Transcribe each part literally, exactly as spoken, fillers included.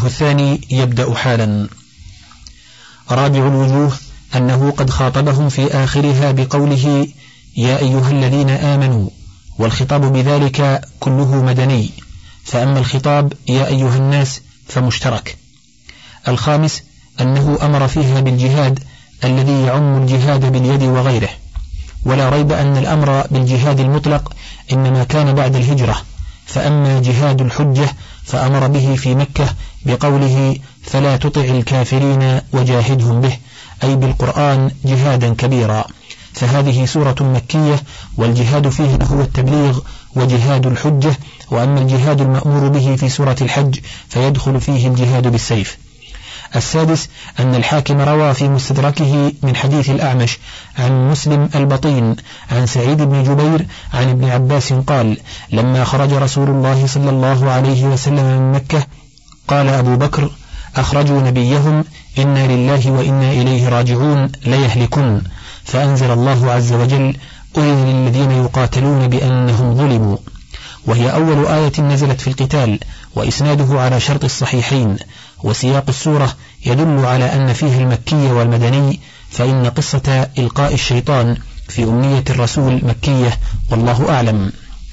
الوجه الثاني يبدأ حالا. رابع الوجوه أنه قد خاطبهم في آخرها بقوله يا أيها الذين آمنوا، والخطاب بذلك كله مدني، فأما الخطاب يا أيها الناس فمشترك. الخامس أنه أمر فيها بالجهاد الذي يعم الجهاد باليد وغيره، ولا ريب أن الأمر بالجهاد المطلق إنما كان بعد الهجرة، فأما جهاد الحجة فأمر به في مكة بقوله فلا تطع الكافرين وجاهدهم به، أي بالقرآن جهادا كبيرا، فهذه سورة مكية والجهاد فيه هو التبليغ وجهاد الحجة. وأما الجهاد المأمور به في سورة الحج فيدخل فيه الجهاد بالسيف. السادس أن الحاكم روى في مستدركه من حديث الأعمش عن مسلم البطين عن سعيد بن جبير عن ابن عباس قال لما خرج رسول الله صلى الله عليه وسلم من مكة قال أبو بكر أخرجوا نبيهم إنا لله وإنا إليه راجعون ليهلكن، فأنزل الله عز وجل أذن للذين يقاتلون بأنهم ظلموا، وهي أول آية نزلت في القتال، وإسناده على شرط الصحيحين. وسياق السورة يدل على أن فيها المكي والمدني، فإن قصة إلقاء الشيطان في أمنية الرسول مكية والله أعلم.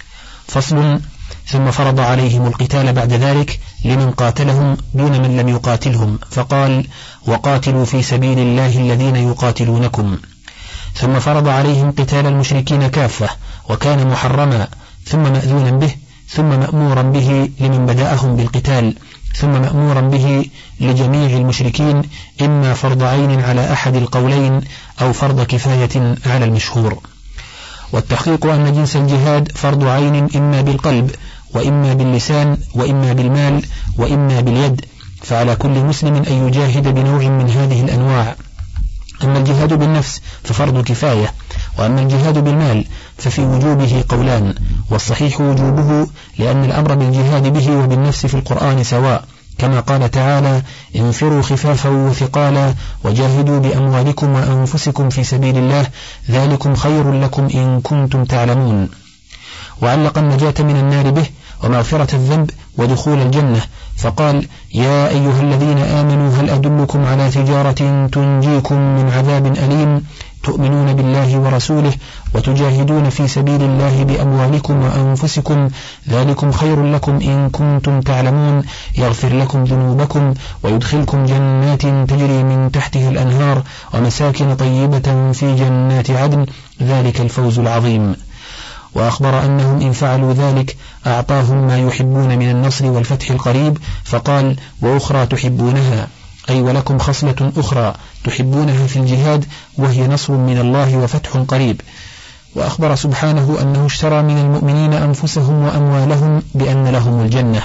فصل. ثم فرض عليهم القتال بعد ذلك لمن قاتلهم دون من لم يقاتلهم، فقال وقاتلوا في سبيل الله الذين يقاتلونكم. ثم فرض عليهم قتال المشركين كافة، وكان محرما ثم مأذونا به، ثم مأمورا به لمن بدأهم بالقتال، ثم مأمورا به لجميع المشركين، إما فرض عين على أحد القولين أو فرض كفاية على المشهور. والتحقيق أن جنس الجهاد فرض عين إما بالقلب وإما باللسان وإما بالمال وإما باليد، فعلى كل مسلم أن يجاهد بنوع من هذه الأنواع. أما الجهاد بالنفس ففرض كفاية، وأما الجهاد بالمال ففي وجوبه قولان، والصحيح وجوبه لأن الأمر بالجهاد به وبالنفس في القرآن سواء، كما قال تعالى انفروا خفافا وثقالا وجاهدوا بأموالكم وأنفسكم في سبيل الله ذلكم خير لكم إن كنتم تعلمون. وعلق النجاة من النار به ومغفرة الذنب ودخول الجنة، فقال يا أيها الذين آمنوا هل أدلكم على تجارة تنجيكم من عذاب أليم تؤمنون بالله ورسوله وتجاهدون في سبيل الله بأموالكم وأنفسكم ذلكم خير لكم إن كنتم تعلمون يغفر لكم ذنوبكم ويدخلكم جنات تجري من تحتها الأنهار ومساكن طيبة في جنات عدن ذلك الفوز العظيم. وأخبر أنهم إن فعلوا ذلك أعطاهم ما يحبون من النصر والفتح القريب، فقال وأخرى تحبونها، أي ولكم خصلة أخرى تحبونها في الجهاد وهي نصر من الله وفتح قريب. وأخبر سبحانه أنه اشترى من المؤمنين أنفسهم وأموالهم بأن لهم الجنة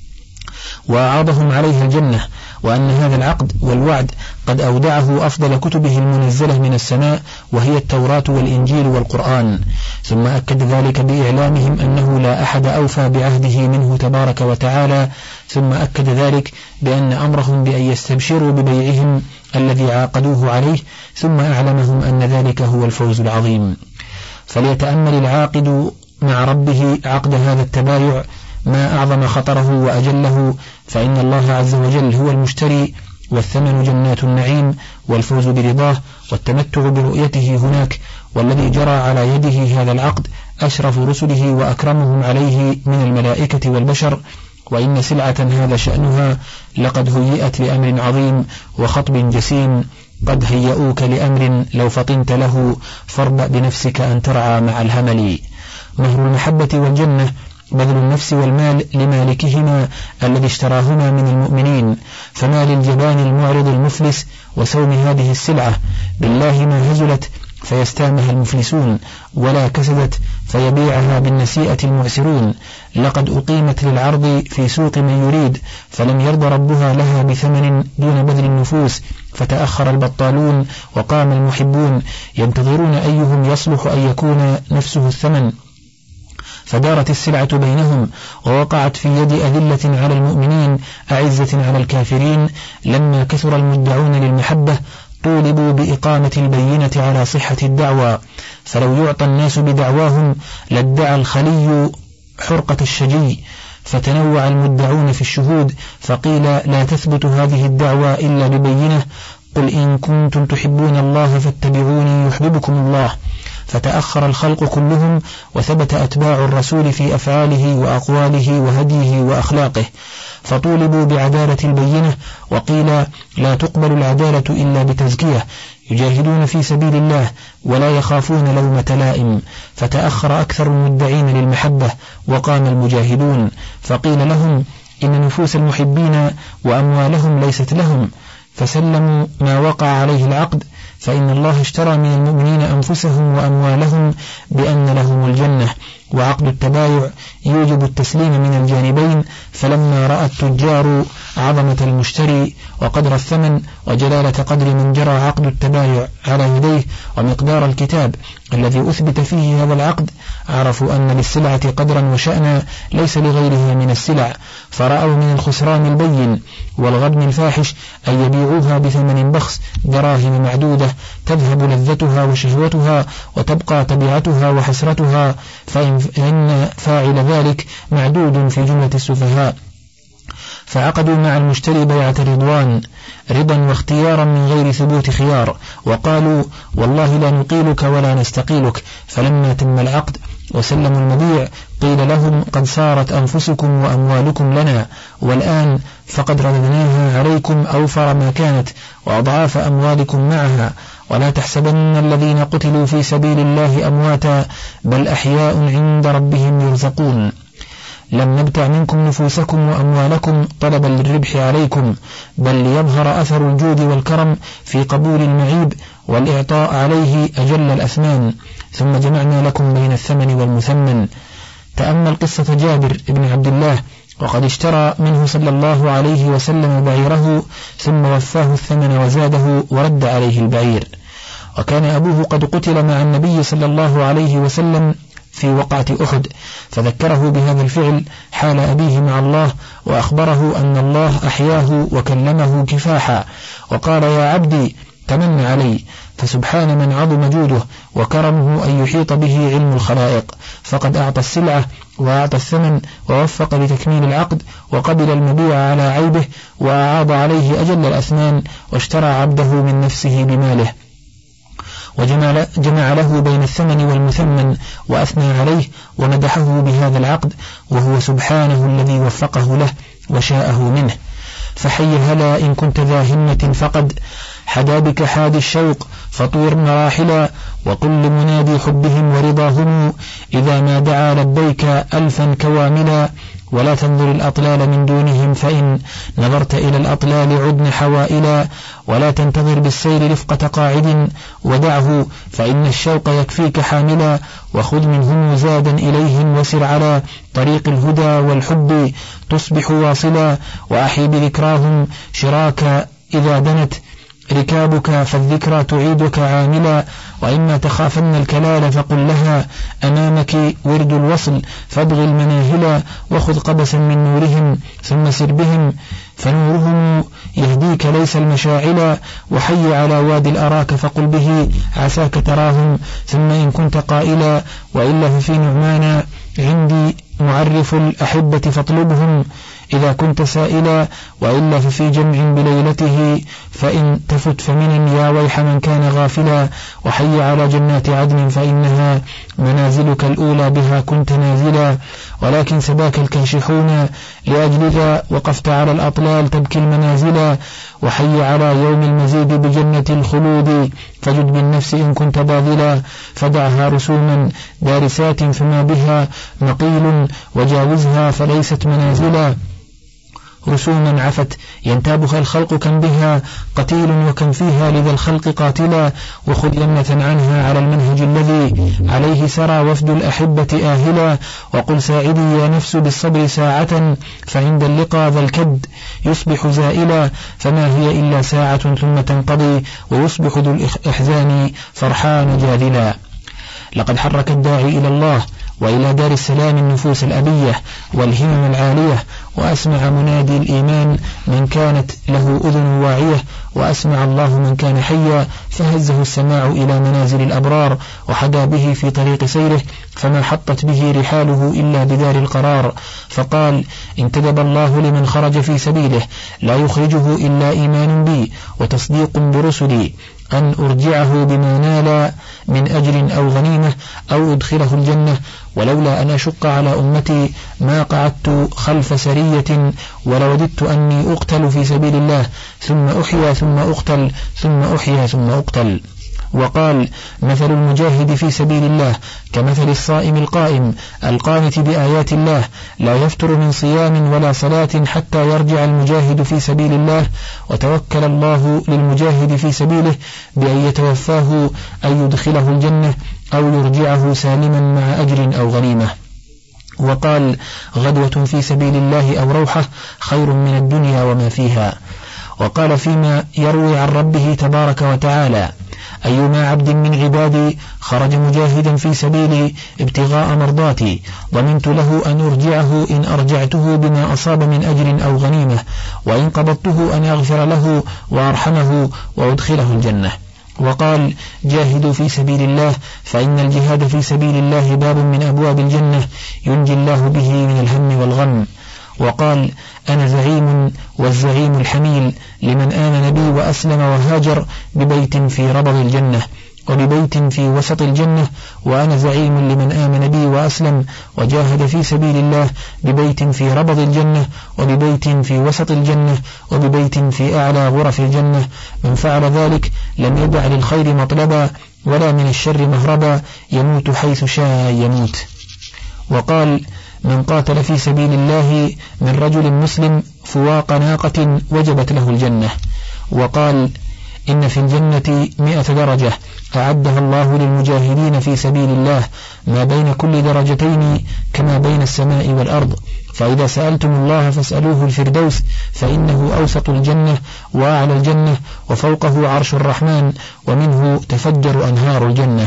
وأعاضهم عليها الجنة، وأن هذا العقد والوعد قد أودعه أفضل كتبه المنزلة من السماء وهي التوراة والإنجيل والقرآن. ثم أكد ذلك بإعلامهم أنه لا أحد أوفى بعهده منه تبارك وتعالى، ثم أكد ذلك بأن أمرهم بأن يستبشروا ببيعهم الذي عاقدوه عليه، ثم أعلمهم أن ذلك هو الفوز العظيم. فليتأمل العاقد مع ربه عقد هذا التبايع ما أعظم خطره وأجله، فإن الله عز وجل هو المشتري، والثمن جنات النعيم والفوز برضاه والتمتع برؤيته هناك. والذي جرى على يده هذا العقد أشرف رسله وأكرمهم عليه من الملائكة والبشر، وإن سلعة هذا شأنها لقد هيئت لأمر عظيم وخطب جسيم، قد هيئوك لأمر لو فطنت له فاربأ بنفسك أن ترعى مع الهمل. مهر المحبة والجنة بذل النفس والمال لمالكهما الذي اشتراهما من المؤمنين، فما للجبان المعرض المفلس وسوم هذه السلعة بالله ما هزلت فيستامها المفلسون، ولا كسدت فيبيعها بالنسيئة المعسرون. لقد أقيمت للعرض في سوق من يريد، فلم يرضى ربها لها بثمن دون بذل النفوس، فتأخر البطالون وقام المحبون ينتظرون أيهم يصلح أن يكون نفسه الثمن، فدارت السلعة بينهم ووقعت في يد أذلة على المؤمنين أعزة على الكافرين. لما كثر المدعون للمحبة طولبوا بإقامة البينة على صحة الدعوى، فلو يعطى الناس بدعواهم لادعى الخلي حرقة الشجي، فتنوع المدعون في الشهود، فقيل لا تثبت هذه الدعوى إلا ببينة، قل إن كنتم تحبون الله فاتبعوني يحببكم الله. فتأخر الخلق كلهم، وثبت أتباع الرسول في أفعاله وأقواله وهديه وأخلاقه، فطولبوا بعدالة البينة، وقيل لا تقبل العدالة إلا بتزكية، يجاهدون في سبيل الله ولا يخافون لومة لائم، فتأخر أكثر المدعين للمحبة وقام المجاهدون، فقيل لهم إن نفوس المحبين وأموالهم ليست لهم، فسلموا ما وقع عليه العقد، فإن الله اشترى من المؤمنين أنفسهم وأموالهم بأن لهم الجنة، وعقد التبايع يوجب التسليم من الجانبين، فلما رأى التجار عظمة المشتري وقدر الثمن وجلالة قدر من جرى عقد التبايع على يديه ومقدار الكتاب الذي أثبت فيه هذا العقد، عرفوا أن للسلعة قدرا وشأنا ليس لغيرها من السلع، فرأوا من الخسران البين والغبن الفاحش أن يبيعوها بثمن بخس دراهم معدودة تذهب لذتها وشهوتها وتبقى طبيعتها وحسرتها، فإن فاعل ذلك معدود في جملة السفهاء. فعقدوا مع المشتري بيعة رضوان، رضا واختيارا من غير ثبوت خيار، وقالوا والله لا نقيلك ولا نستقيلك. فلما تم العقد وسلموا المبيع قيل لهم قد صارت أنفسكم وأموالكم لنا، والآن فقد رددناها عليكم أوفر ما كانت وأضعاف أموالكم معها، ولا تحسبن الذين قتلوا في سبيل الله أمواتا بل أحياء عند ربهم يرزقون. لم نبتع منكم نفوسكم وأموالكم طلبا للربح عليكم، بل ليظهر أثر الجود والكرم في قبول المعيب والإعطاء عليه أجل الأثمان، ثم جمعنا لكم بين الثمن والمثمن. تأمل قصة جابر بن عبد الله، وقد اشترى منه صلى الله عليه وسلم بعيره ثم وفاه الثمن وزاده ورد عليه البعير، وكان أبوه قد قتل مع النبي صلى الله عليه وسلم في وقعة أحد، فذكره بهذا الفعل حال أبيه مع الله، وأخبره أن الله أحياه وكلمه كفاحا، وقال يا عبدي تمن علي، فسبحان من عظم جوده وكرمه أن يحيط به علم الخلائق، فقد أعطى السلعة وأعطى الثمن ووفق لتكميل العقد، وقبل المبيع على عيبه وأعاض عليه أجل الأثمان، واشترى عبده من نفسه بماله، وجمع له بين الثمن والمثمن، وأثنى عليه ومدحه بهذا العقد، وهو سبحانه الذي وفقه له وشاءه منه. فحي هلا إن كنت ذا همة فقد حدا بك حاد الشوق فطور مراحلا، وقل لمنادي حبهم ورضاهم إذا ما دعا لبيك ألفا كواملا، ولا تنظر الأطلال من دونهم فإن نظرت إلى الأطلال عدن حوائلا، ولا تنتظر بالسير رفقة قاعد ودعه فإن الشوق يكفيك حاملا، وخذ منهم زادا إليهم وسر على طريق الهدى والحب تصبح واصلا، وأحي بذكراهم شراك إذا دنت ركابك فالذكرى تعيدك عاملا، وإما تخافن الكلال فقل لها أمامك ورد الوصل فابغ المناهلا، وخذ قبسا من نورهم ثم سر بهم فنورهم يهديك ليس المشاعلا، وحي على وادي الأراك فقل به عساك تراهم، ثم إن كنت قائلا وإلا ففي نعمان عندي معرف الأحبة فاطلبهم إذا كنت سائلا، وإلا ففي جمع بليلته فإن تفت فمن يا ويح من كان غافلا، وحي على جنات عدن فإنها منازلك الأولى بها كنت نازلا، ولكن سباك الكاشحون لأجل ذا وقفت على الأطلال تبكي المنازلا، وحي على يوم المزيد بجنة الخلود فجد بالنفس إن كنت باذلا، فدعها رسوما دارسات فما بها مقيل وجاوزها فليست منازلا، رسوما عفت ينتابها الخلق كم بها قتيل وكم فيها لذا الخلق قاتلا، وخذ يمنة عنها على المنهج الذي عليه سرى وفد الأحبة آهلا، وقل ساعدي يا نفس بالصبر ساعة فعند اللقاء ذا الكد يصبح زائلا، فما هي إلا ساعة ثم تنقضي ويصبح ذو الإحزان فرحان جاذلا. لقد حرك الداعي إلى الله وإلى دار السلام النفوس الأبية والهمم العالية، وأسمع منادي الإيمان من كانت له أذن واعية، وأسمع الله من كان حيا، فهزه السماع إلى منازل الأبرار، وحدا به في طريق سيره، فما حطت به رحاله إلا بدار القرار. فقال: انتدب الله لمن خرج في سبيله، لا يخرجه إلا إيمان بي وتصديق برسلي، أن أرجعه بما نال من أجر أو غنيمة أو أدخله الجنة، ولولا أن أشق على أمتي ما قعدت خلف سرية، ولوددت أني أقتل في سبيل الله، ثم أحيا ثم أقتل، ثم أحيا ثم أقتل. وقال: مثل المجاهد في سبيل الله كمثل الصائم القائم القانت بآيات الله، لا يفتر من صيام ولا صلاة حتى يرجع المجاهد في سبيل الله، وتوكل الله للمجاهد في سبيله بأن يتوفاه أن يدخله الجنة أو يرجعه سالما مع أجر أو غنيمة. وقال: غدوة في سبيل الله أو روحة خير من الدنيا وما فيها. وقال فيما يروي عن ربه تبارك وتعالى: أيما عبد من عبادي خرج مجاهدا في سبيلي ابتغاء مرضاتي ضمنت له أن أرجعه إن أرجعته بما أصاب من أجر أو غنيمة، وإن قبضته أن أغفر له وأرحمه وأدخله الجنة. وقال: جاهدوا في سبيل الله، فإن الجهاد في سبيل الله باب من أبواب الجنة ينجي الله به من الهم والغم. وقال: أنا زعيم والزعيم الحميل لمن آمن بي وأسلم وهاجر ببيت في ربض الجنة وببيت في وسط الجنة، وأنا زعيم لمن آمن بي وأسلم وجاهد في سبيل الله ببيت في ربض الجنة وببيت في وسط الجنة وببيت في أعلى غرف الجنة. من فعل ذلك لم يدع للخير مطلبا ولا من الشر مهربا، يموت حيث شاء يموت. وقال: من قاتل في سبيل الله من رجل مسلم فواق ناقة وجبت له الجنة. وقال: إن في الجنة مئة درجة أعدها الله للمجاهدين في سبيل الله، ما بين كل درجتين كما بين السماء والأرض، فإذا سألتم الله فاسألوه الفردوس، فإنه أوسط الجنة وأعلى الجنة وفوقه عرش الرحمن، ومنه تفجر أنهار الجنة.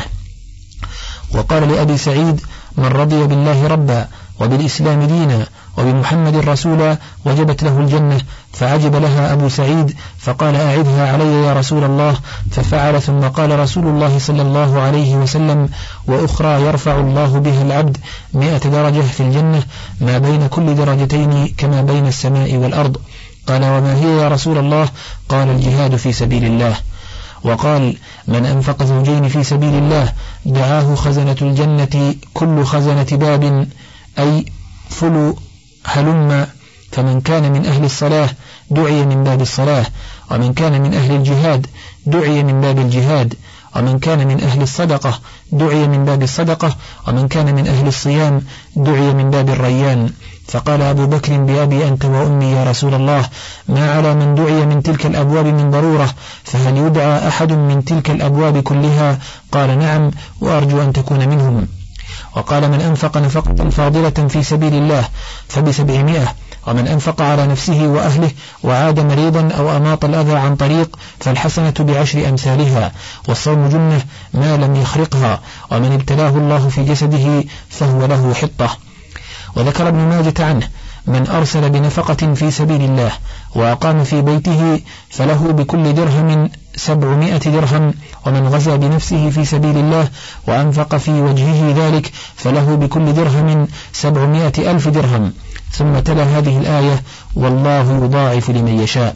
وقال لأبي سعيد: من رضي بالله ربا وبالإسلام دينا وبمحمد رسولا وجبت له الجنة. فعجب لها أبو سعيد فقال: أعدها علي يا رسول الله. ففعل، ثم قال رسول الله صلى الله عليه وسلم: وأخرى يرفع الله بها العبد مئة درجة في الجنة، ما بين كل درجتين كما بين السماء والأرض. قال: وما هي يا رسول الله؟ قال: الجهاد في سبيل الله. وقال: من أنفق زوجين في سبيل الله دعاه خزنة الجنة كل خزنة باب، أي فلو هلم، فمن كان من أهل الصلاة دعي من باب الصلاة، ومن كان من أهل الجهاد دعي من باب الجهاد، ومن كان من أهل الصدقة دعي من باب الصدقة، ومن كان من أهل الصيام دعي من باب الريان. فقال أبو بكر: بأبي أنت وأمي يا رسول الله، ما على من دعي من تلك الأبواب من ضرورة، فهل يدعى أحد من تلك الأبواب كلها؟ قال: نعم، وأرجو أن تكون منهم. وقال: من أنفق نفقة فاضلة في سبيل الله فبسبعمائة، ومن أنفق على نفسه وأهله وعاد مريضا أو أماط الأذى عن طريق فالحسنة بعشر أمثالها، والصوم جنة ما لم يخرقها، ومن ابتلاه الله في جسده فهو له حطة. وذكر ابن ماجة عنه: من أرسل بنفقة في سبيل الله وأقام في بيته فله بكل درهم سبعمائة درهم، ومن غزا بنفسه في سبيل الله وأنفق في وجهه ذلك فله بكل درهم سبعمائة ألف درهم. ثم تلا هذه الآية: والله يضاعف لمن يشاء.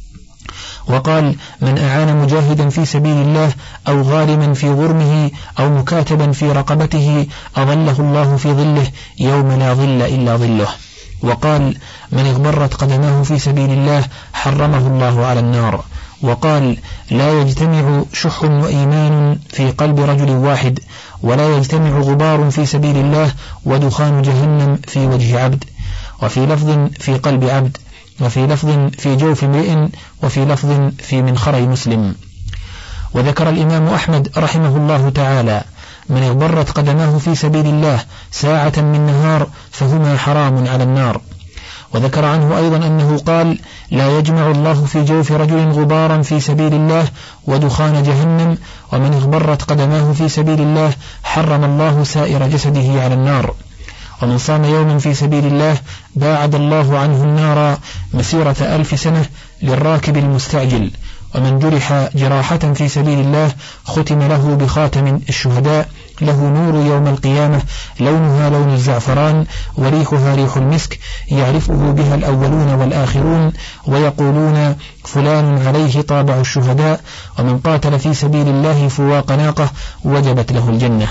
وقال: من أعان مجاهدا في سبيل الله أو غارما في غرمه أو مكاتبا في رقبته أظله الله في ظله يوم لا ظل إلا ظله. وقال: من اغبرت قدماه في سبيل الله حرمه الله على النار. وقال: لا يجتمع شح وإيمان في قلب رجل واحد، ولا يجتمع غبار في سبيل الله ودخان جهنم في وجه عبد، وفي لفظ في قلب عبد، وفي لفظ في جوف امرئ، وفي لفظ في منخري مسلم. وذكر الإمام أحمد رحمه الله تعالى: من اغبرت قدماه في سبيل الله ساعة من نهار فهما حرام على النار. وذكر عنه أيضا أنه قال: لا يجمع الله في جوف رجل غبارا في سبيل الله ودخان جهنم، ومن اغبرت قدماه في سبيل الله حرم الله سائر جسده على النار. ومن صام يوما في سبيل الله باعد الله عنه النار مسيرة ألف سنة للراكب المستعجل. ومن جرح جراحة في سبيل الله ختم له بخاتم الشهداء له نور يوم القيامة لونها لون الزعفران وريحها ريح المسك يعرفه بها الأولون والآخرون ويقولون فلان عليه طابع الشهداء. ومن قاتل في سبيل الله فواق ناقة وجبت له الجنة.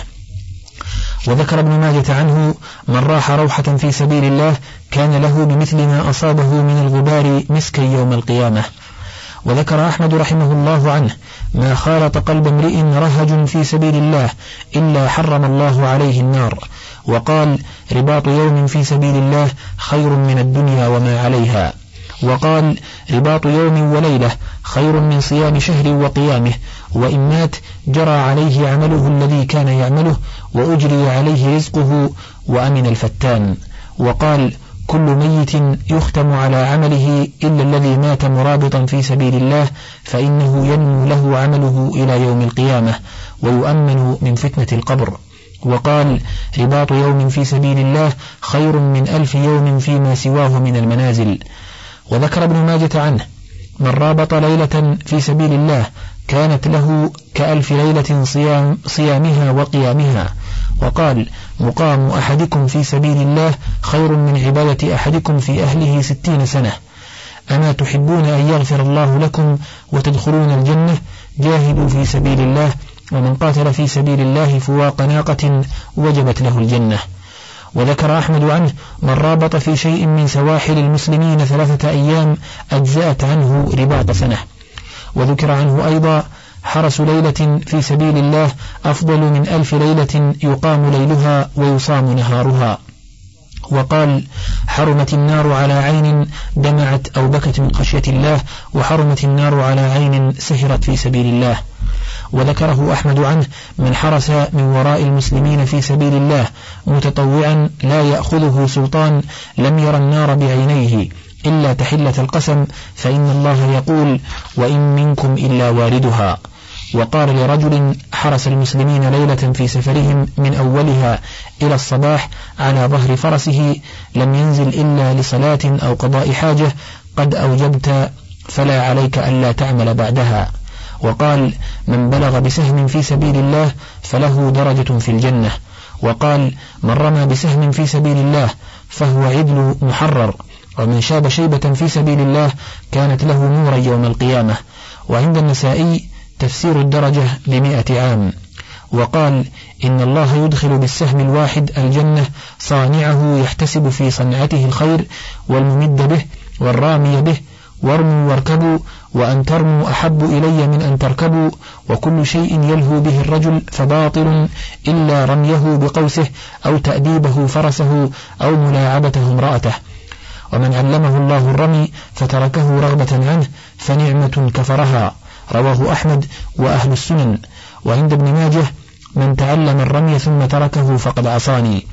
وذكر ابن ماجة عنه: من راح روحة في سبيل الله كان له بمثل ما أصابه من الغبار مسكا يوم القيامة. وذكر أحمد رحمه الله عنه: ما خالط قلب امرئ رهج في سبيل الله إلا حرم الله عليه النار. وقال: رباط يوم في سبيل الله خير من الدنيا وما عليها. وقال: رباط يوم وليلة خير من صيام شهر وقيامه، وإن مات جرى عليه عمله الذي كان يعمله وأجري عليه رزقه وأمن الفتان. وقال: كل ميت يختم على عمله إلا الذي مات مرابطا في سبيل الله فإنه ينمو له عمله إلى يوم القيامة ويؤمن من فتنة القبر. وقال: رباط يوم في سبيل الله خير من ألف يوم فيما سواه من المنازل. وذكر ابن ماجة عنه: من رابط ليلة في سبيل الله كانت له كألف ليلة صيام صيامها وقيامها. وقال: مقام أحدكم في سبيل الله خير من عبادة أحدكم في أهله ستين سنة. أما تحبون أن يغفر الله لكم وتدخلون الجنة؟ جاهدوا في سبيل الله، ومن قاتل في سبيل الله فواق ناقة وجبت له الجنة. وذكر أحمد عنه: من رابط في شيء من سواحل المسلمين ثلاثة أيام أجزأت عنه رباط سنة. وذكر عنه أيضا: حرس ليلة في سبيل الله أفضل من ألف ليلة يقام ليلها ويصام نهارها. وقال: حرمت النار على عين دمعت أو بكت من خشية الله، وحرمت النار على عين سهرت في سبيل الله. وذكره أحمد عنه: من حرس من وراء المسلمين في سبيل الله متطوعا لا يأخذه سلطان لم ير النار بعينيه إلا تحلة القسم، فإن الله يقول: وإن منكم إلا واردها. وقال لرجل حرس المسلمين ليلة في سفرهم من أولها إلى الصباح على ظهر فرسه لم ينزل إلا لصلاة أو قضاء حاجة: قد أوجبت فلا عليك ألا تعمل بعدها. وقال: من بلغ بسهم في سبيل الله فله درجة في الجنة. وقال: من رمى بسهم في سبيل الله فهو عدل محرر، ومن شاب شيبة في سبيل الله كانت له نورا يوم القيامة. وعند النسائي: تفسير الدرجة بمئة عام. وقال: إن الله يدخل بالسهم الواحد الجنة صانعه يحتسب في صنعته الخير، والممد به، والرامي به، وارموا واركبوا، وأن ترموا أحب إلي من أن تركبوا، وكل شيء يلهو به الرجل فباطل إلا رميه بقوسه أو تأديبه فرسه أو ملاعبته امرأته. ومن علمه الله الرمي فتركه رغبة عنه فنعمة كفرها. رواه أحمد وأهل السنن. وعند ابن ماجه: من تعلم الرمي ثم تركه فقد عصاني.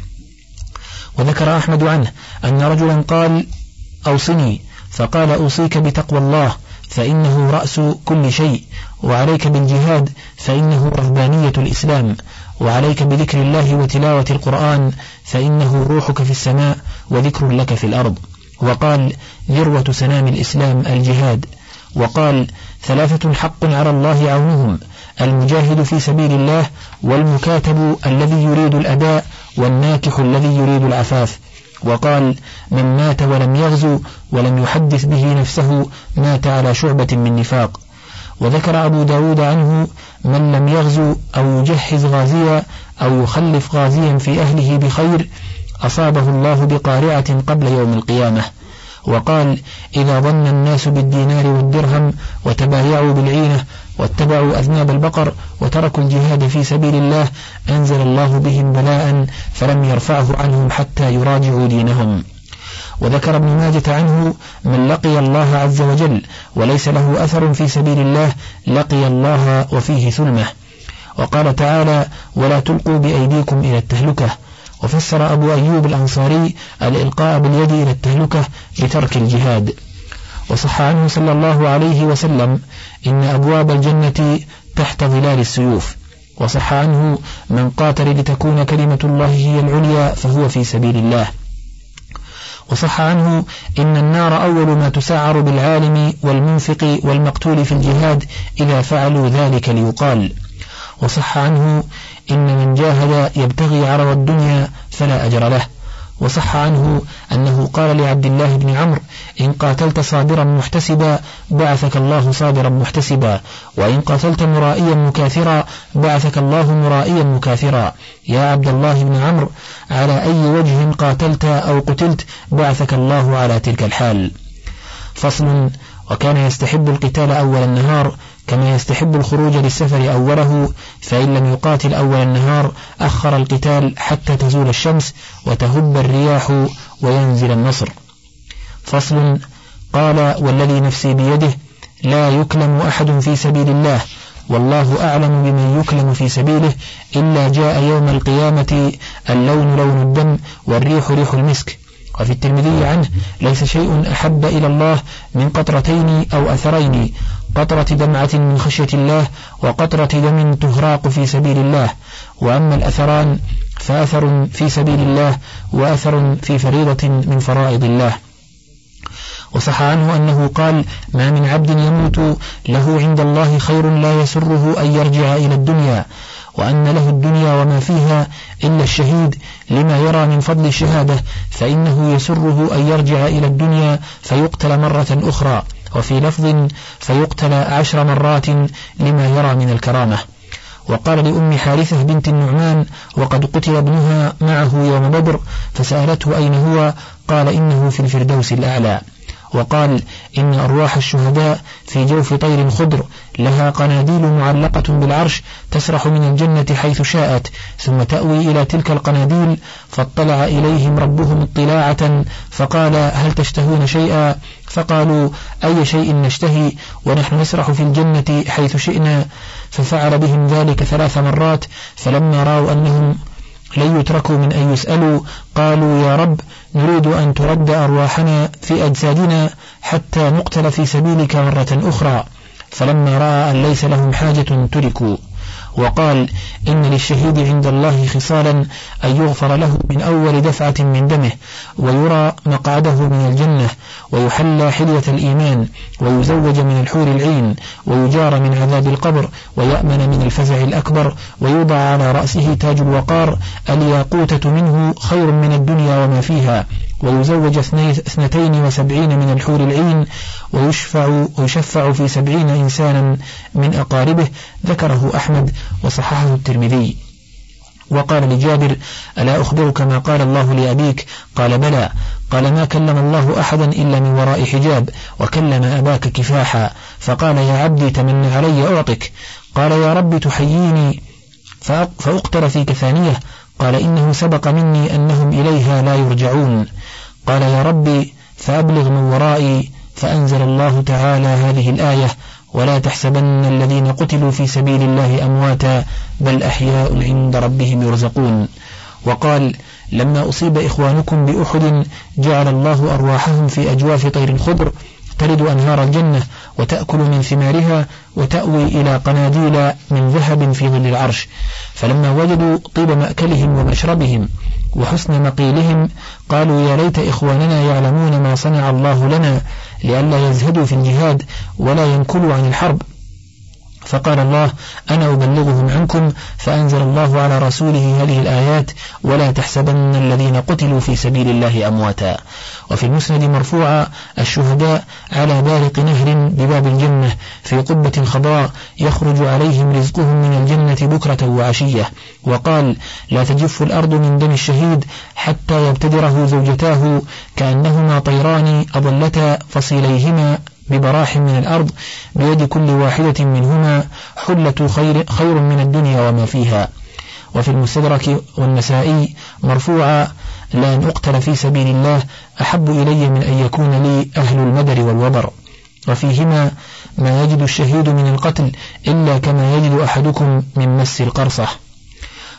وذكر أحمد عنه أن رجلا قال: أوصني، فقال: أوصيك بتقوى الله فإنه رأس كل شيء، وعليك بالجهاد فإنه رهبانية الإسلام، وعليك بذكر الله وتلاوة القرآن فإنه روحك في السماء وذكر لك في الأرض. وقال: ذروة سنام الإسلام الجهاد. وقال: ثلاثة حق على الله عونهم: المجاهد في سبيل الله، والمكاتب الذي يريد الأداء، والناكح الذي يريد العفاف. وقال: من مات ولم يغزو ولم يحدث به نفسه مات على شعبة من نفاق. وذكر أبو داود عنه: من لم يغزو أو يجهز غازيا أو يخلف غازيا في أهله بخير أصابه الله بقارعة قبل يوم القيامة. وقال: إذا ظن الناس بالدينار والدرهم وتبايعوا بالعينة واتبعوا أذناب البقر وتركوا الجهاد في سبيل الله أنزل الله بهم بلاء فلم يرفعه عنهم حتى يراجعوا دينهم. وذكر ابن ماجة عنه: من لقي الله عز وجل وليس له أثر في سبيل الله لقي الله وفيه ثلمة. وقال تعالى: ولا تلقوا بأيديكم إلى التهلكة. وفسر أبو أيوب الأنصاري الإلقاء باليد إلى التهلكة بترك الجهاد. وصح عنه صلى الله عليه وسلم إن أبواب الجنة تحت ظلال السيوف. وصح عنه من قاتل لتكون كلمة الله هي العليا فهو في سبيل الله. وصح عنه إن النار أول ما تسعر بالعالم والمنفق والمقتول في الجهاد إذا فعلوا ذلك ليقال. وصح عنه إن من جاهد يبتغي عرض الدنيا فلا أجر له. وصح عنه أنه قال لعبد الله بن عمرو إن قاتلت صابرا محتسبا بعثك الله صابرا محتسبا، وإن قاتلت مرائيا مكاثرا بعثك الله مرائيا مكاثرا. يا عبد الله بن عمرو على أي وجه قاتلت أو قتلت بعثك الله على تلك الحال. فصل. وكان يستحب القتال أول النهار كما يستحب الخروج للسفر أوله، فإن لم يقاتل أول النهار أخر القتال حتى تزول الشمس وتهب الرياح وينزل النصر. فصل. قال والذي نفسي بيده لا يكلم أحد في سبيل الله والله أعلم بمن يكلم في سبيله إلا جاء يوم القيامة اللون لون الدم والريح ريح المسك. وفي الترمذي عنه ليس شيء أحب إلى الله من قطرتين أو أثرين، قطرة دمعة من خشية الله وقطرة دم تهراق في سبيل الله. وأما الأثران فأثر في سبيل الله وأثر في فريضة من فرائض الله. وصح عنه أنه قال ما من عبد يموت له عند الله خير لا يسره أن يرجع إلى الدنيا، وأن له الدنيا وما فيها إلا الشهيد لما يرى من فضل الشهادة، فإنه يسره أن يرجع إلى الدنيا فيقتل مرة أخرى، وفي لفظ فيقتل عشر مرات لما يرى من الكرامة. وقال لأم حارثة بنت النعمان وقد قتل ابنها معه يوم بدر فسألته أين هو؟ قال إنه في الفردوس الأعلى. وقال إن أرواح الشهداء في جوف طير خضر لها قناديل معلقة بالعرش تسرح من الجنة حيث شاءت ثم تأوي إلى تلك القناديل، فاطلع إليهم ربهم اطلاعة فقال هل تشتهون شيئا؟ فقالوا أي شيء نشتهي ونحن نسرح في الجنة حيث شئنا. ففعل بهم ذلك ثلاث مرات، فلما رأوا أنهم لن يتركوا من أن يسألوا قالوا يا رب نريد أن ترد أرواحنا في أجسادنا حتى نقتل في سبيلك مرة أخرى، فلما رأى أن ليس لهم حاجة تركوا. وقال إن للشهيد عند الله خصالا أن يغفر له من أول دفعة من دمه ويرى مقعده من الجنة ويحلى حلية الإيمان ويزوج من الحور العين ويجار من عذاب القبر ويأمن من الفزع الأكبر ويوضع على رأسه تاج الوقار الياقوتة منه خير من الدنيا وما فيها ويزوج اثنتين وسبعين من الحور العين ويشفع, ويشفع في سبعين إنسانا من أقاربه. ذكره أحمد وصححه الترمذي. وقال لجابر ألا أخبرك ما قال الله لأبيك؟ قال بلى. قال ما كلم الله أحدا إلا من وراء حجاب وكلم أباك كفاحا. فقال يا عبدي تمنى علي أعطك. قال يا رب تحييني فأقتل في كثانية. قال إنه سبق مني أنهم إليها لا يرجعون. قال يا ربي فأبلغ من ورائي. فأنزل الله تعالى هذه الآية ولا تحسبن الذين قتلوا في سبيل الله أمواتا بل أحياء عند ربهم يرزقون. وقال لما أصيب إخوانكم بأحد جعل الله أرواحهم في أجواف طير خضر ترد أنهار الجنة وتأكل من ثمارها وتأوي إلى قناديل من ذهب في ظل العرش. فلما وجدوا طيب مأكلهم ومشربهم وحسن مقيلهم قالوا يا ليت إخواننا يعلمون ما صنع الله لنا لئلا يزهدوا في الجهاد ولا ينكلوا عن الحرب. فقال الله أنا أبلغهم عنكم. فأنزل الله على رسوله هذه الآيات ولا تحسبن الذين قتلوا في سبيل الله أمواتا. وفي المسند مرفوعا الشهداء على بارق نهر بباب الجنة في قبة خضراء يخرج عليهم رزقهم من الجنة بكرة وعشية. وقال لا تجف الأرض من دم الشهيد حتى يبتدره زوجتاه كأنهما طيران أضلتا فصيليهما ببراح من الأرض بيد كل واحدة منهما حلة خير, خير من الدنيا وما فيها. وفي المستدرك والنسائي مرفوعا لأن أقتل في سبيل الله أحب إلي من أن يكون لي أهل المدر والوبر. وفيهما ما يجد الشهيد من القتل إلا كما يجد أحدكم من مس القرصة.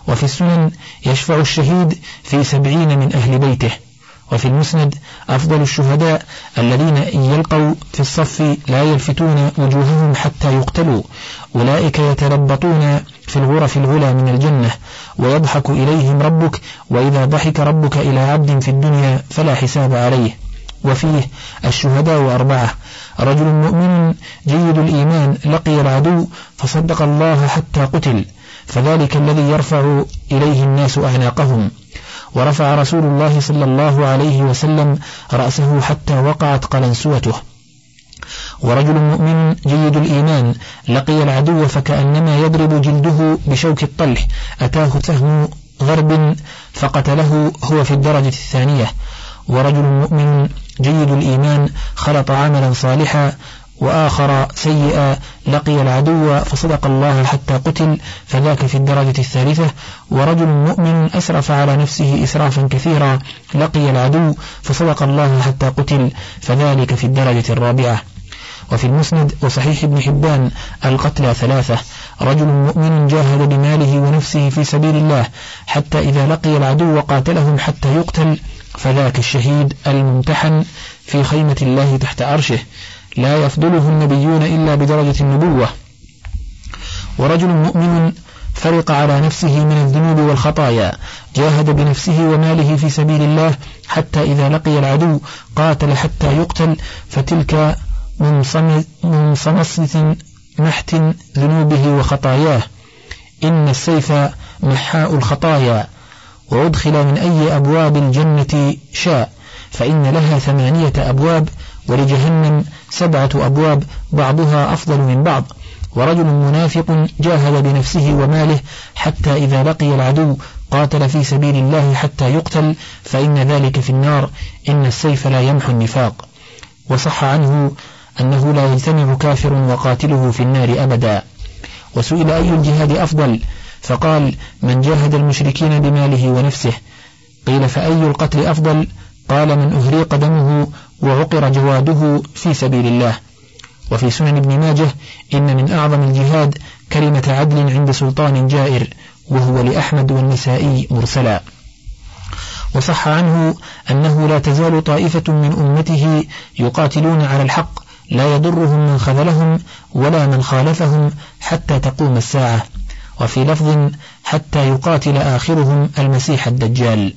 وفي السنن يشفع الشهيد في سبعين من أهل بيته. وفي المسند أفضل الشهداء الذين إن يلقوا في الصف لا يلفتون وجوههم حتى يقتلوا، أولئك يتربطون في الغرف العلى من الجنة ويضحك إليهم ربك، وإذا ضحك ربك إلى عبد في الدنيا فلا حساب عليه. وفيه الشهداء أربعة: رجل مؤمن جيد الإيمان لقي العدو فصدق الله حتى قتل، فذلك الذي يرفع إليه الناس أعناقهم، ورفع رسول الله صلى الله عليه وسلم رأسه حتى وقعت قلنسوته. ورجل مؤمن جيد الإيمان لقي العدو فكأنما يضرب جلده بشوك الطلح، أتاه سهم غرب فقتله، هو في الدرجة الثانية. ورجل مؤمن جيد الإيمان خلط عملا صالحا وآخر سيئا لقي العدو فصدق الله حتى قتل، فذاك في الدرجة الثالثة. ورجل مؤمن أسرف على نفسه إسرافا كثيرا لقي العدو فصدق الله حتى قتل، فذلك في الدرجة الرابعة. وفي المسند وصحيح ابن حبان القتلى ثلاثة: رجل مؤمن جاهد بماله ونفسه في سبيل الله حتى إذا لقي العدو قاتلهم حتى يقتل، فذاك الشهيد الممتحن في خيمة الله تحت عرشه، لا يفضله النبيون إلا بدرجة النبوة. ورجل مؤمن فرق على نفسه من الذنوب والخطايا جاهد بنفسه وماله في سبيل الله حتى إذا لقي العدو قاتل حتى يقتل، فتلك منصمصة محت ذنوبه وخطاياه، إن السيف محاء الخطايا، وأدخل من أي أبواب الجنة شاء، فإن لها ثمانية أبواب، ولجهنم سبعة أبواب بعضها أفضل من بعض. ورجل منافق جاهد بنفسه وماله حتى إذا لقي العدو قاتل في سبيل الله حتى يقتل، فإن ذلك في النار، إن السيف لا يمحو النفاق. وصح عنه أنه لا يجتمع كافر وقاتله في النار أبدا. وسئل أي الجهاد أفضل؟ فقال: من جاهد المشركين بماله ونفسه. قيل: فأي القتل أفضل؟ قال: من أهريق دمه وعقر جواده في سبيل الله. وفي سنن ابن ماجه: إن من أعظم الجهاد كلمة عدل عند سلطان جائر، وهو لأحمد والنسائي مرسلا. وصح عنه أنه لا تزال طائفة من أمته يقاتلون على الحق لا يضرهم من خذلهم ولا من خالفهم حتى تقوم الساعة. وفي لفظ: حتى يقاتل آخرهم المسيح الدجال.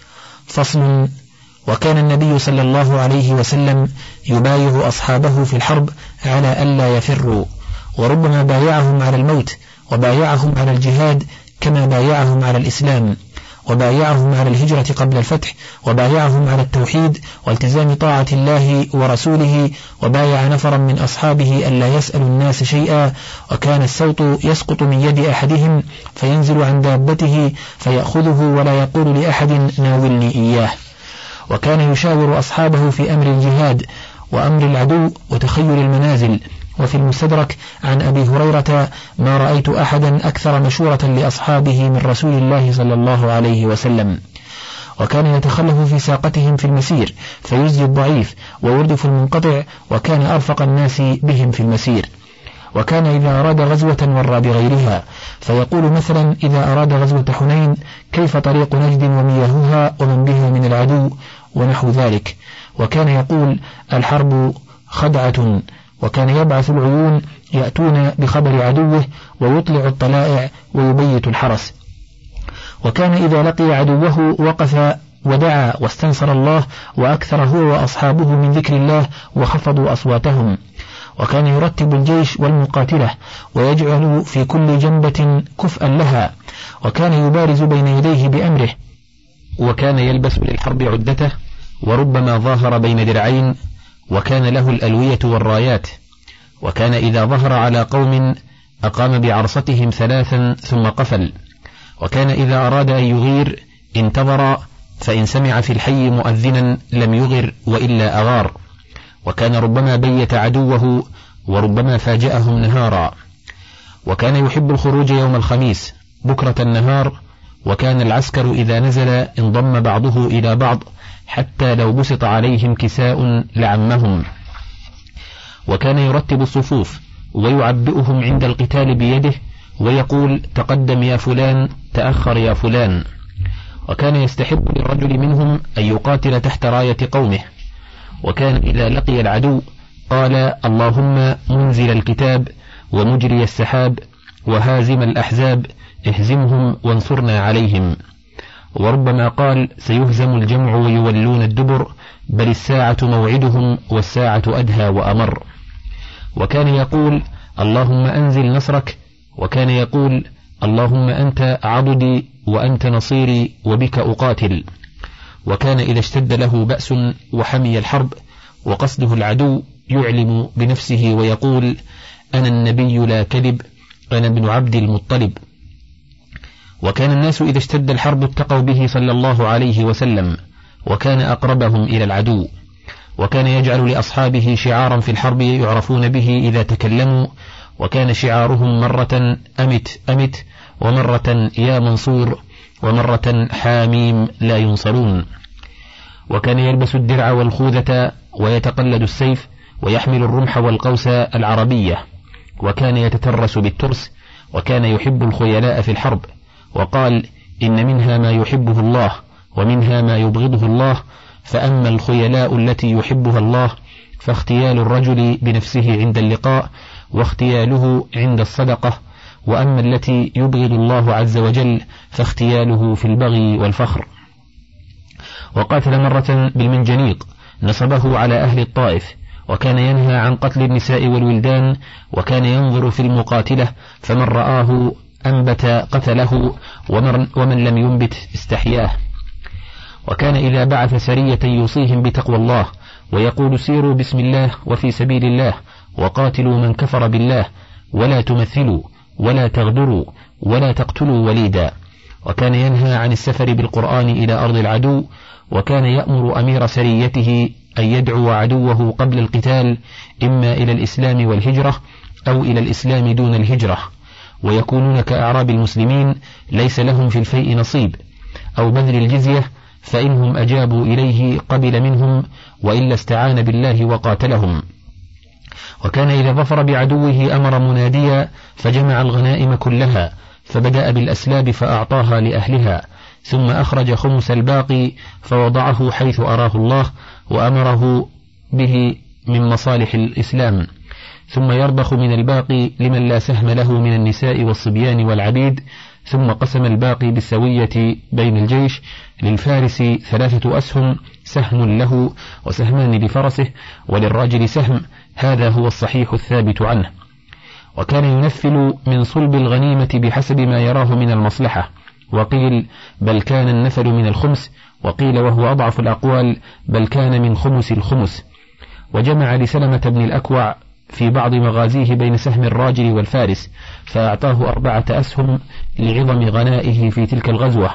فصل. وكان النبي صلى الله عليه وسلم يبايع أصحابه في الحرب على ألا يفروا، وربما بايعهم على الموت، وبايعهم على الجهاد كما بايعهم على الإسلام، وبايعهم على الهجرة قبل الفتح، وبايعهم على التوحيد والتزام طاعة الله ورسوله، وبايع نفرا من أصحابه ألا يسألوا الناس شيئا، وكان السوط يسقط من يد أحدهم فينزل عن دابته فيأخذه ولا يقول لأحد ناولني إياه. وكان يشاور أصحابه في أمر الجهاد وأمر العدو وتخيل المنازل. وفي المستدرك عن أبي هريرة: ما رأيت أحدا أكثر مشورة لأصحابه من رسول الله صلى الله عليه وسلم. وكان يتخلف في ساقتهم في المسير فيزجي الضعيف ويردف المنقطع، وكان أرفق الناس بهم في المسير. وكان إذا أراد غزوة ورى بغيرها، فيقول مثلا إذا أراد غزوة حنين: كيف طريق نجد ومياهها ومن بها من العدو، ونحو ذلك. وكان يقول: الحرب خدعة. وكان يبعث العيون يأتون بخبر عدوه ويطلع الطلائع ويبيت الحرس. وكان إذا لقي عدوه وقف ودعا واستنصر الله، وأكثر هو وأصحابه من ذكر الله وخفضوا أصواتهم. وكان يرتب الجيش والمقاتلة ويجعل في كل جنبة كفءا لها، وكان يبارز بين يديه بأمره، وكان يلبس للحرب عدته، وربما ظاهر بين درعين، وكان له الألوية والرايات. وكان إذا ظهر على قوم أقام بعرصتهم ثلاثا ثم قفل. وكان إذا أراد أن يغير انتظر، فإن سمع في الحي مؤذنا لم يغر وإلا أغار. وكان ربما بيت عدوه وربما فاجأهم نهارا. وكان يحب الخروج يوم الخميس بكرة النهار. وكان العسكر إذا نزل انضم بعضه إلى بعض حتى لو بسط عليهم كساء لعمهم. وكان يرتب الصفوف ويعبئهم عند القتال بيده، ويقول تقدم يا فلان، تأخر يا فلان. وكان يستحب للرجل منهم أن يقاتل تحت راية قومه. وكان إذا لقي العدو قال اللهم منزل الكتاب ومجري السحاب وهازم الأحزاب اهزمهم وانصرنا عليهم. وربما قال سيهزم الجمع ويولون الدبر، بل الساعة موعدهم والساعة أدهى وأمر. وكان يقول اللهم أنزل نصرك، وكان يقول اللهم أنت عضدي وأنت نصيري وبك أقاتل. وكان إذا اشتد له بأس وحمي الحرب وقصده العدو يعلم بنفسه ويقول أنا النبي لا كذب، أنا ابن عبد المطلب. وكان الناس إذا اشتد الحرب اتقوا به صلى الله عليه وسلم، وكان أقربهم إلى العدو. وكان يجعل لأصحابه شعارا في الحرب يعرفون به إذا تكلموا، وكان شعارهم مرة أمت أمت، ومرة يا منصور، ومرة حاميم لا ينصرون. وكان يلبس الدرع والخوذة ويتقلد السيف ويحمل الرمح والقوس العربية. وكان يتترس بالترس، وكان يحب الخيلاء في الحرب، وقال إن منها ما يحبه الله ومنها ما يبغضه الله، فأما الخيلاء التي يحبها الله فاختيال الرجل بنفسه عند اللقاء واختياله عند الصدقة، وأما التي يبغض الله عز وجل فاختياله في البغي والفخر. وقاتل مرة بالمنجنيق نصبه على أهل الطائف، وكان ينهى عن قتل النساء والولدان، وكان ينظر في المقاتلة فمن رآه أنبت قتله، ومن لم ينبت استحياه. وكان إذا بعث سرية يوصيهم بتقوى الله ويقول سيروا بسم الله وفي سبيل الله وقاتلوا من كفر بالله، ولا تمثلوا ولا تغدروا ولا تقتلوا وليدا. وكان ينهى عن السفر بالقرآن إلى أرض العدو. وكان يأمر أمير سريته أن يدعو عدوه قبل القتال إما إلى الإسلام والهجرة أو إلى الإسلام دون الهجرة، ويكونون كأعراب المسلمين ليس لهم في الفيء نصيب، أو بذل الجزية، فإنهم أجابوا إليه قبل منهم، وإلا استعان بالله وقاتلهم. وكان إذا ظفر بعدوه أمر مناديا فجمع الغنائم كلها، فبدأ بالأسلاب فأعطاها لأهلها، ثم أخرج خمس الباقي فوضعه حيث أراه الله وأمره به من مصالح الإسلام، ثم يرضخ من الباقي لمن لا سهم له من النساء والصبيان والعبيد، ثم قسم الباقي بالسوية بين الجيش، للفارس ثلاثة أسهم، سهم له وسهمان لفرسه، وللراجل سهم، هذا هو الصحيح الثابت عنه. وكان ينفل من صلب الغنيمة بحسب ما يراه من المصلحة، وقيل بل كان النفل من الخمس، وقيل وهو أضعف الأقوال بل كان من خمس الخمس. وجمع لسلمة بن الأكوع في بعض مغازيه بين سهم الراجل والفارس، فأعطاه أربعة أسهم لعظم غنائه في تلك الغزوة.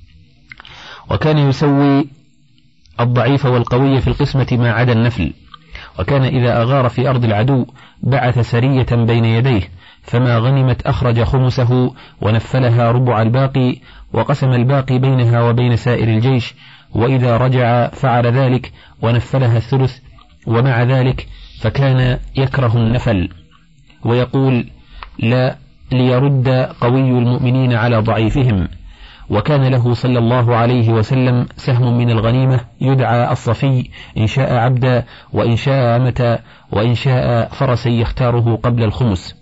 وكان يسوي الضعيف والقوي في القسمة ما عدا النفل. وكان إذا أغار في أرض العدو بعث سرية بين يديه، فما غنمت أخرج خمسه ونفلها ربع الباقي، وقسم الباقي بينها وبين سائر الجيش، وإذا رجع فعل ذلك ونفلها الثلث. ومع ذلك فكان يكره النفل ويقول لا ليرد قوي المؤمنين على ضعيفهم. وكان له صلى الله عليه وسلم سهم من الغنيمة يدعى الصفي، إن شاء عبدا وإن شاء أمة وإن شاء فرسا يختاره قبل الخمس.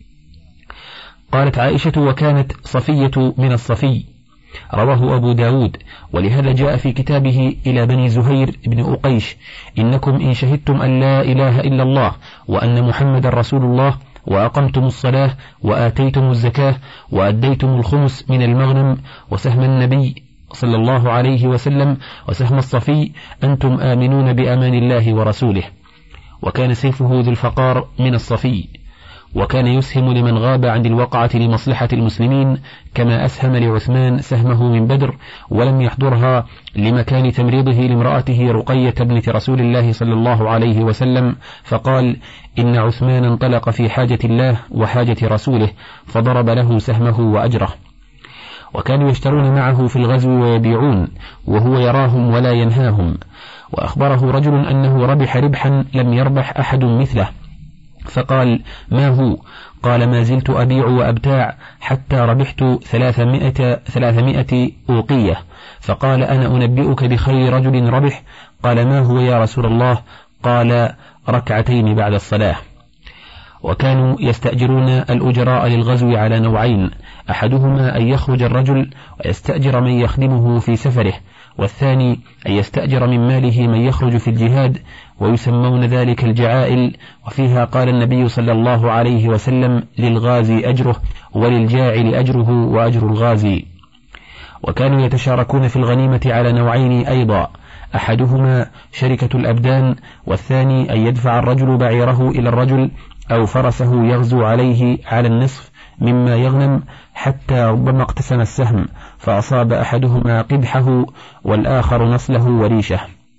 قالت عائشة وكانت صفية من الصفي، رواه أبو داود. ولهذا جاء في كتابه إلى بني زهير بن أقيش إنكم إن شهدتم أن لا إله إلا الله وأن محمد رسول الله وأقمتم الصلاة وآتيتم الزكاة وأديتم الخمس من المغنم وسهم النبي صلى الله عليه وسلم وسهم الصفي أنتم آمنون بأمان الله ورسوله. وكان سيفه ذو الفقار من الصفي. وكان يسهم لمن غاب عن الوقعة لمصلحة المسلمين، كما أسهم لعثمان سهمه من بدر ولم يحضرها لمكان تمريضه لامرأته رقية ابنة رسول الله صلى الله عليه وسلم، فقال إن عثمان انطلق في حاجة الله وحاجة رسوله فضرب له سهمه وأجره. وكانوا يشترون معه في الغزو ويبيعون وهو يراهم ولا ينهاهم. وأخبره رجل أنه ربح ربحا لم يربح أحد مثله، فقال: ما هو؟ قال: ما زلت أبيع وأبتاع حتى ربحت ثلاثمائة, ثلاثمائة أوقية. فقال: أنا أنبئك بخير رجل ربح. قال: ما هو يا رسول الله؟ قال: ركعتين بعد الصلاة. وكانوا يستأجرون الأجراء للغزو على نوعين: أحدهما أن يخرج الرجل ويستأجر من يخدمه في سفره، والثاني أن يستأجر من ماله من يخرج في الجهاد، ويسمون ذلك الجعائل. وفيها قال النبي صلى الله عليه وسلم: للغازي أجره وللجاعل أجره وأجر الغازي. وكانوا يتشاركون في الغنيمة على نوعين أيضا: أحدهما شركة الأبدان، والثاني أن يدفع الرجل بعيره إلى الرجل أو فرسه يغزو عليه على النصف مما يغنم، حتى ربما اقتسم السهم فأصاب أحدهما قدحه والآخر نصله وريشه.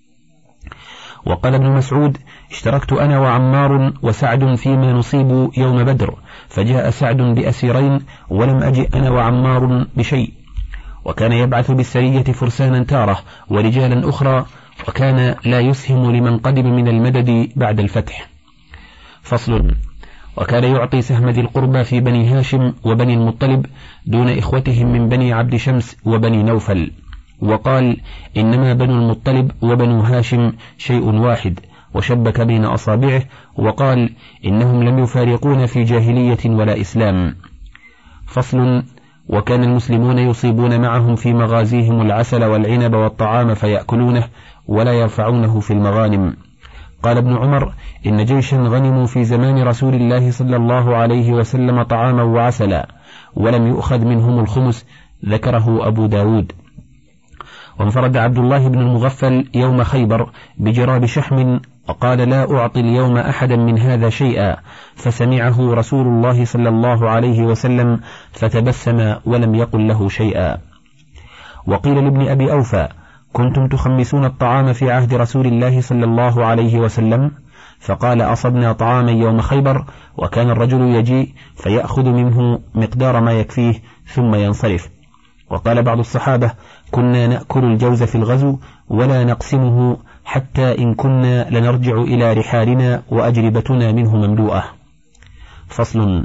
وقال ابن مسعود: اشتركت أنا وعمار وسعد فيما نصيب يوم بدر، فجاء سعد بأسيرين ولم أجئ أنا وعمار بشيء. وكان يبعث بالسرية فرسانا تارة ورجالا أخرى، وكان لا يسهم لمن قدم من المدد بعد الفتح. فصل. وكان يعطي سهم ذي القربى في بني هاشم وبني المطلب دون إخوتهم من بني عبد شمس وبني نوفل. وقال: إنما بنو المطلب وبنو هاشم شيء واحد، وشبك بين أصابعه. وقال: إنهم لم يفارقون في جاهلية ولا إسلام. فصل. وكان المسلمون يصيبون معهم في مغازيهم العسل والعنب والطعام فيأكلونه ولا يرفعونه في المغانم. قال ابن عمر: إن جيشا غنموا في زمان رسول الله صلى الله عليه وسلم طعاما وعسلا ولم يؤخذ منهم الخمس. ذكره أبو داود. وانفرد عبد الله بن المغفل يوم خيبر بجراب شحم وقال: لا أعطي اليوم أحدا من هذا شيئا، فسمعه رسول الله صلى الله عليه وسلم فتبسم ولم يقل له شيئا. وقيل لابن أبي أوفى: كنتم تخمسون الطعام في عهد رسول الله صلى الله عليه وسلم؟ فقال: أصبنا طعاما يوم خيبر، وكان الرجل يجيء فيأخذ منه مقدار ما يكفيه ثم ينصرف. وقال بعض الصحابة: كنا نأكل الجوز في الغزو ولا نقسمه حتى إن كنا لنرجع إلى رحالنا وأجربتنا منه مملوءة. فصل.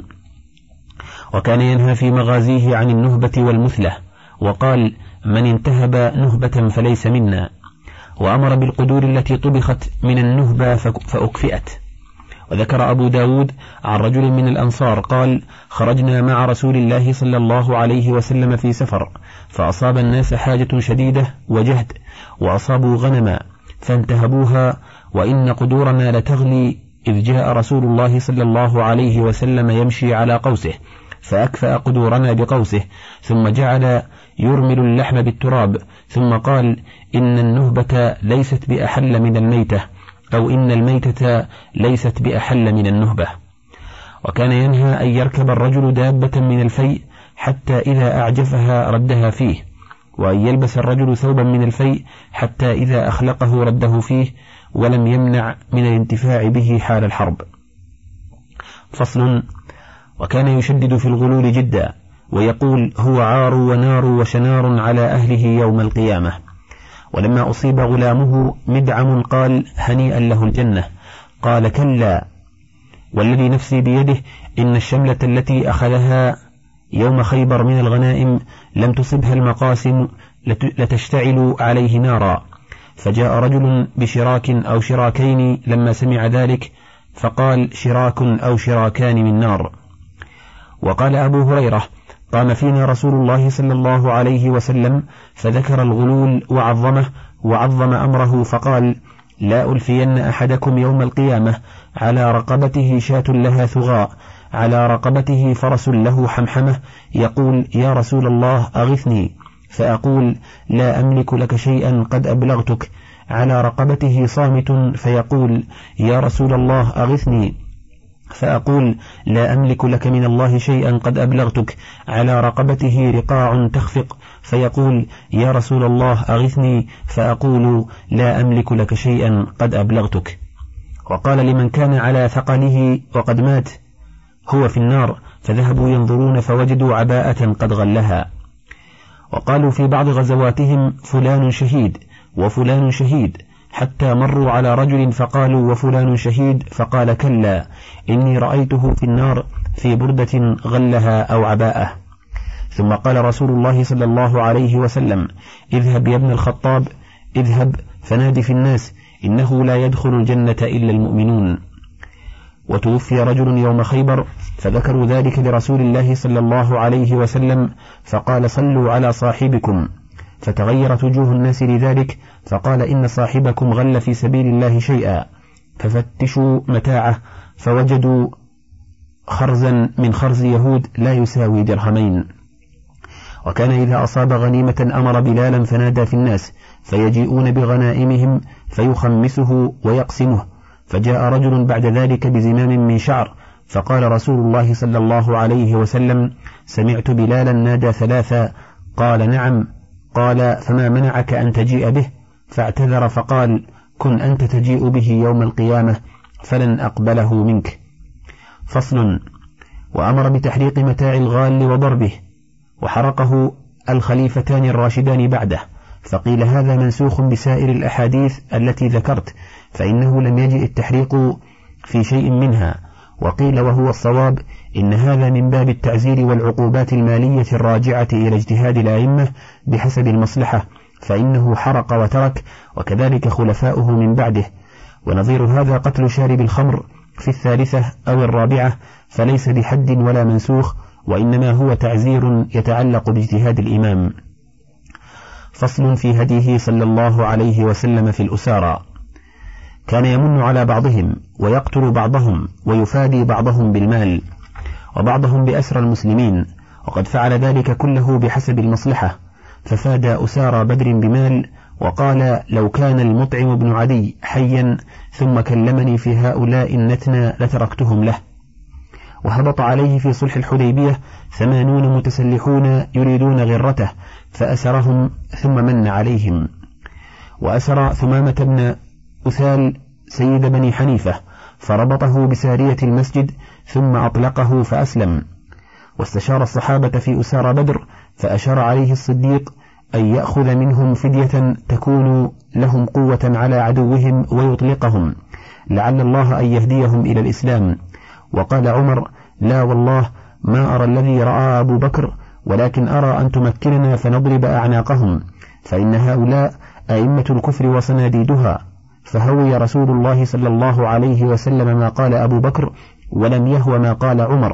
وكان ينهى في مغازيه عن النهبة والمثلة، وقال: من انتهب نهبة فليس منا. وأمر بالقدور التي طبخت من النهبة فأكفئت. وذكر أبو داود عن رجل من الأنصار قال: خرجنا مع رسول الله صلى الله عليه وسلم في سفر، فأصاب الناس حاجة شديدة وجهد، وأصابوا غنما فانتهبوها، وإن قدورنا لتغلي، إذ جاء رسول الله صلى الله عليه وسلم يمشي على قوسه فأكفأ قدورنا بقوسه، ثم جعل يرمل اللحم بالتراب، ثم قال: إن النهبة ليست بأحل من الميتة، أو إن الميتة ليست بأحل من النهبة. وكان ينهى أن يركب الرجل دابة من الفيء حتى إذا أعجفها ردها فيه، وأن يلبس الرجل ثوبا من الفيء حتى إذا أخلقه رده فيه، ولم يمنع من الانتفاع به حال الحرب. فصل. وكان يشدد في الغلول جدا، ويقول: هو عار ونار وشنار على أهله يوم القيامة. ولما أصيب غلامه مدعم قال: هنيئا له الجنة. قال: كلا، والذي نفسي بيده إن الشملة التي أخذها يوم خيبر من الغنائم لم تصبها المقاسم لتشتعل عليه نارا. فجاء رجل بشراك أو شراكين لما سمع ذلك، فقال: شراك أو شراكان من نار. وقال أبو هريرة: قام فينا رسول الله صلى الله عليه وسلم فذكر الغلول وعظمه وعظم أمره، فقال: لا ألفين أحدكم يوم القيامة على رقبته شاة لها ثغاء، على رقبته فرس له حمحمة، يقول: يا رسول الله أغثني، فأقول: لا أملك لك شيئا قد أبلغتك. على رقبته صامت، فيقول: يا رسول الله أغثني، فأقول: لا أملك لك من الله شيئا قد أبلغتك. على رقبته رقاع تخفق، فيقول: يا رسول الله أغثني، فأقول: لا أملك لك شيئا قد أبلغتك. وقال لمن كان على ثقله وقد مات: هو في النار، فذهبوا ينظرون فوجدوا عباءة قد غلها. وقالوا في بعض غزواتهم: فلان شهيد وفلان شهيد، حتى مروا على رجل فقالوا وفلان شهيد، فقال كلا إني رأيته في النار في بردة غلها أو عباءة. ثم قال رسول الله صلى الله عليه وسلم: اذهب يا ابن الخطاب، اذهب فنادي في الناس إنه لا يدخل الجنة إلا المؤمنون. وتوفي رجل يوم خيبر فذكروا ذلك لرسول الله صلى الله عليه وسلم، فقال: صلوا على صاحبكم. فتغيرت وجوه الناس لذلك، فقال: إن صاحبكم غل في سبيل الله شيئا. ففتشوا متاعه فوجدوا خرزا من خرز يهود لا يساوي درهمين. وكان إذا أصاب غنيمة أمر بلالا فنادى في الناس فيجيئون بغنائمهم فيخمسه ويقسمه. فجاء رجل بعد ذلك بزمام من شعر، فقال رسول الله صلى الله عليه وسلم: سمعت بلالا نادى ثلاثا. قال: نعم. قال: فما منعك أن تجيء به؟ فاعتذر فقال: كن أنت تجيء به يوم القيامة فلن أقبله منك. فصل. وأمر بتحريق متاع الغال وضربه، وحرقه الخليفتان الراشدان بعده، فقيل هذا منسوخ بسائر الأحاديث التي ذكرت، فإنه لم يجئ التحريق في شيء منها. وقيل وهو الصواب إن هذا من باب التعزير والعقوبات المالية الراجعة إلى اجتهاد الأئمة بحسب المصلحة، فإنه حرق وترك، وكذلك خلفاؤه من بعده. ونظير هذا قتل شارب الخمر في الثالثة أو الرابعة، فليس بحد ولا منسوخ، وإنما هو تعزير يتعلق باجتهاد الإمام. فصل في هديه صلى الله عليه وسلم في الأسارى. كان يمن على بعضهم ويقتل بعضهم ويفادي بعضهم بالمال وبعضهم بأسرى المسلمين، وقد فعل ذلك كله بحسب المصلحة، ففادى أسارى بدر بمال، وقال: لو كان المطعم بن عدي حيا ثم كلمني في هؤلاء النتنى لتركتهم له. وهبط عليه في صلح الحديبية ثمانون متسلحون يريدون غرته، فأسرهم ثم من عليهم. وأسر ثمامة بن أثال سيد بني حنيفة، فربطه بسارية المسجد ثم أطلقه فأسلم. واستشار الصحابة في أسار بدر، فأشار عليه الصديق أن يأخذ منهم فدية تكون لهم قوة على عدوهم ويطلقهم، لعل الله أن يهديهم إلى الإسلام. وقال عمر: لا والله ما أرى الذي رأى أبو بكر، ولكن أرى أن تمكننا فنضرب أعناقهم، فإن هؤلاء أئمة الكفر وصناديدها. فهوي رسول الله صلى الله عليه وسلم ما قال أبو بكر، ولم يهو ما قال عمر.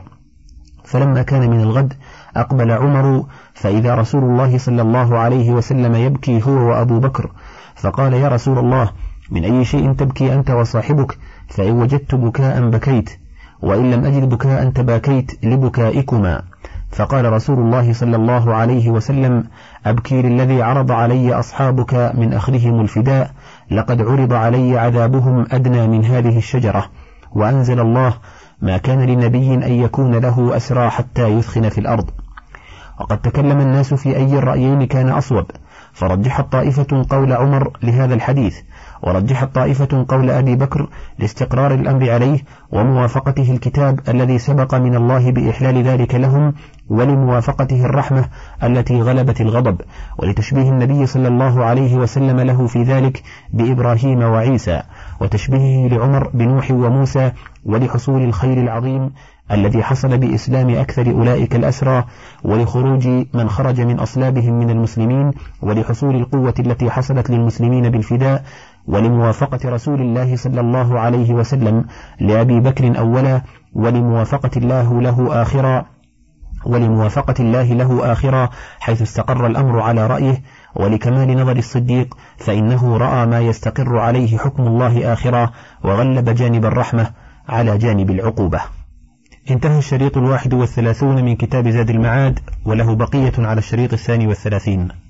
فلما كان من الغد أقبل عمر، فإذا رسول الله صلى الله عليه وسلم يبكي هو وأبو بكر، فقال: يا رسول الله، من أي شيء تبكي أنت وصاحبك؟ فإن وجدت بكاء بكيت، وإن لم أجد بكاء تباكيت لبكائكما. فقال رسول الله صلى الله عليه وسلم: أبكي للذي عرض علي أصحابك من أخذهم الفداء، لقد عرض علي عذابهم أدنى من هذه الشجرة. وأنزل الله: ما كان لنبي أن يكون له أسرى حتى يثخن في الأرض. وقد تكلم الناس في أي الرأيين كان أصوب، فرجحت طائفة قول عمر لهذا الحديث، ورجحت طائفة قول أبي بكر لاستقرار الأمر عليه وموافقته الكتاب الذي سبق من الله بإحلال ذلك لهم، ولموافقته الرحمة التي غلبت الغضب، ولتشبيه النبي صلى الله عليه وسلم له في ذلك بإبراهيم وعيسى، وتشبيهه لعمر بنوح وموسى، ولحصول الخير العظيم الذي حصل بإسلام أكثر أولئك الأسرى، ولخروج من خرج من أصلابهم من المسلمين، ولحصول القوة التي حصلت للمسلمين بالفداء، ولموافقة رسول الله صلى الله عليه وسلم لأبي بكر أولا، ولموافقة الله له آخرا ولموافقة الله له آخرا حيث استقر الأمر على رأيه، ولكمال نظر الصديق فإنه رأى ما يستقر عليه حكم الله آخرا، وغلب جانب الرحمة على جانب العقوبة. انتهى الشريط الواحد والثلاثون من كتاب زاد المعاد، وله بقية على الشريط الثاني والثلاثين.